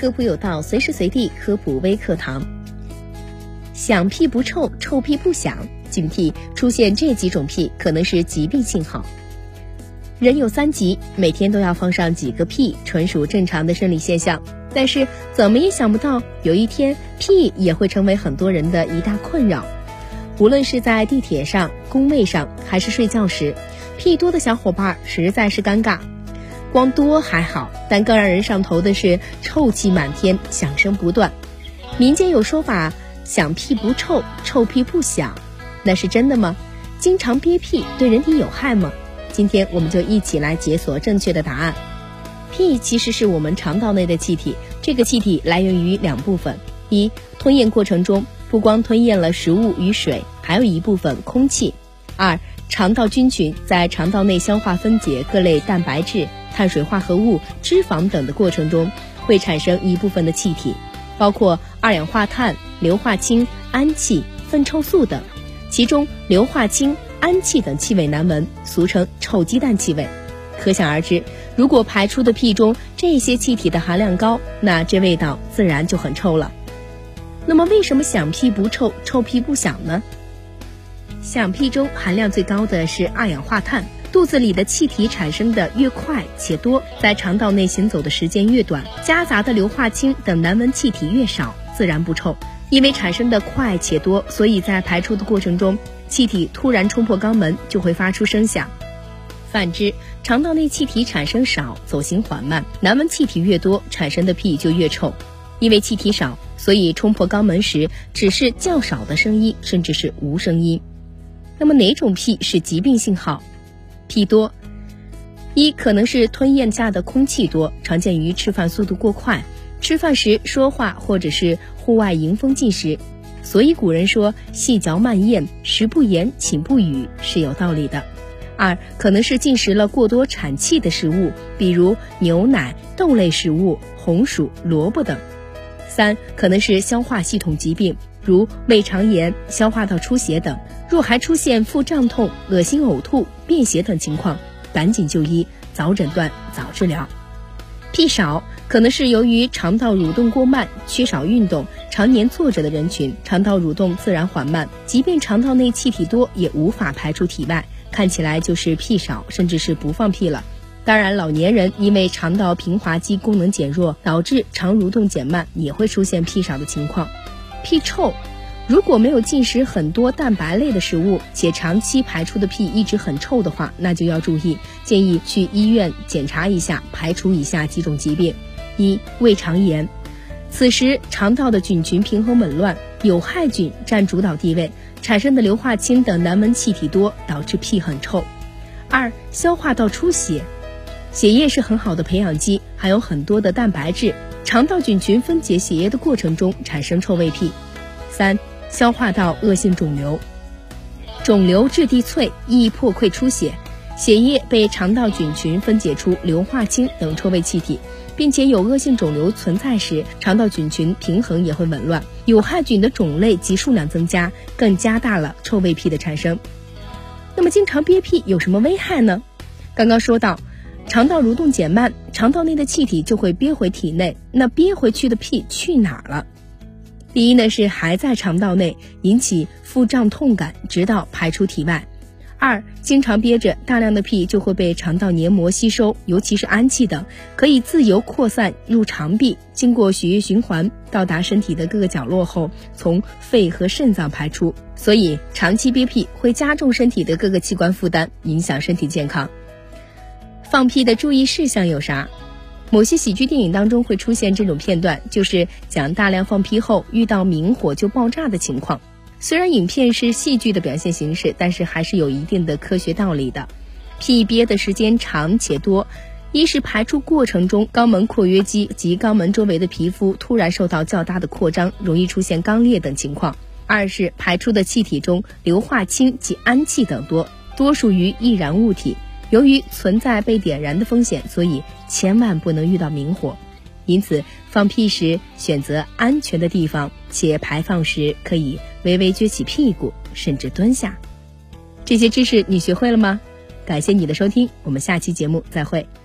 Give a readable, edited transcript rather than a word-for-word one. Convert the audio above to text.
科普有道，随时随地科普微课堂。响屁不臭，臭屁不响，警惕出现这几种屁可能是疾病信号。人有3急，每天都要放上几个屁，纯属正常的生理现象。但是怎么也想不到，有一天屁也会成为很多人的一大困扰。无论是在地铁上、工位上，还是睡觉时，屁多的小伙伴实在是尴尬。光多还好，但更让人上头的是臭气满天，响声不断。民间有说法，响屁不臭，臭屁不响，那是真的吗？经常憋屁对人体有害吗？今天我们就一起来解锁正确的答案。屁其实是我们肠道内的气体，这个气体来源于2部分：一，吞咽过程中不光吞咽了食物与水，还有一部分空气；二，肠道菌群在肠道内消化分解各类蛋白质、碳水化合物、脂肪等的过程中，会产生一部分的气体，包括二氧化碳、硫化氢、氨气、粪臭素等。其中硫化氢、氨气等气味难闻，俗称臭鸡蛋气味。可想而知，如果排出的屁中这些气体的含量高，那这味道自然就很臭了。那么为什么响屁不臭，臭屁不响呢？响屁中含量最高的是二氧化碳，肚子里的气体产生的越快且多，在肠道内行走的时间越短，夹杂的硫化氢等难闻气体越少，自然不臭。因为产生的快且多，所以在排出的过程中，气体突然冲破肛门就会发出声响。反之，肠道内气体产生少，走行缓慢，难闻气体越多，产生的屁就越臭。因为气体少，所以冲破肛门时只是较少的声音，甚至是无声音。那么哪种屁是疾病信号？屁多，一，可能是吞咽下的空气多，常见于吃饭速度过快，吃饭时说话或者是户外迎风进食，所以古人说细嚼慢咽，食不言，寝不语是有道理的。二，可能是进食了过多产气的食物，比如牛奶、豆类食物、红薯、萝卜等。三，可能是消化系统疾病，如胃肠炎、消化道出血等。若还出现腹胀痛、恶心呕吐、便血等情况，赶紧就医，早诊断早治疗。屁少，可能是由于肠道蠕动过慢，缺少运动，常年坐着的人群，肠道蠕动自然缓慢，即便肠道内气体多，也无法排出体外，看起来就是屁少，甚至是不放屁了。当然，老年人因为肠道平滑肌功能减弱，导致肠蠕动减慢，也会出现屁少的情况。屁臭，如果没有进食很多蛋白类的食物，且长期排出的屁一直很臭的话，那就要注意，建议去医院检查一下，排除以下几种疾病。一、胃肠炎，此时肠道的菌群平衡紊乱，有害菌占主导地位，产生的硫化氢等难闻气体多，导致屁很臭。二、消化道出血，血液是很好的培养基，含有很多的蛋白质，肠道菌群分解血液的过程中产生臭味屁。三、消化道恶性肿瘤，肿瘤质地脆，易破溃出血，血液被肠道菌群分解出硫化氢等臭味气体，并且有恶性肿瘤存在时，肠道菌群平衡也会紊乱，有害菌的种类及数量增加，更加大了臭味屁的产生。那么经常憋屁有什么危害呢？刚刚说到，肠道蠕动减慢，肠道内的气体就会憋回体内，那憋回去的屁去哪儿了？第一呢，是还在肠道内，引起腹胀痛感，直到排出体外。二，经常憋着，大量的屁就会被肠道黏膜吸收，尤其是氨气等，可以自由扩散入肠壁，经过血液循环，到达身体的各个角落后，从肺和肾脏排出。所以长期憋屁会加重身体的各个器官负担，影响身体健康。放屁的注意事项有啥？某些喜剧电影当中会出现这种片段，就是讲大量放屁后遇到明火就爆炸的情况。虽然影片是戏剧的表现形式，但是还是有一定的科学道理的。屁憋的时间长且多，一是排出过程中肛门括约肌及肛门周围的皮肤突然受到较大的扩张，容易出现肛裂等情况；二是排出的气体中硫化氢及氨气等多属于易燃物体，由于存在被点燃的风险，所以千万不能遇到明火。因此放屁时选择安全的地方，且排放时可以微微撅起屁股，甚至蹲下。这些知识你学会了吗？感谢你的收听，我们下期节目再会。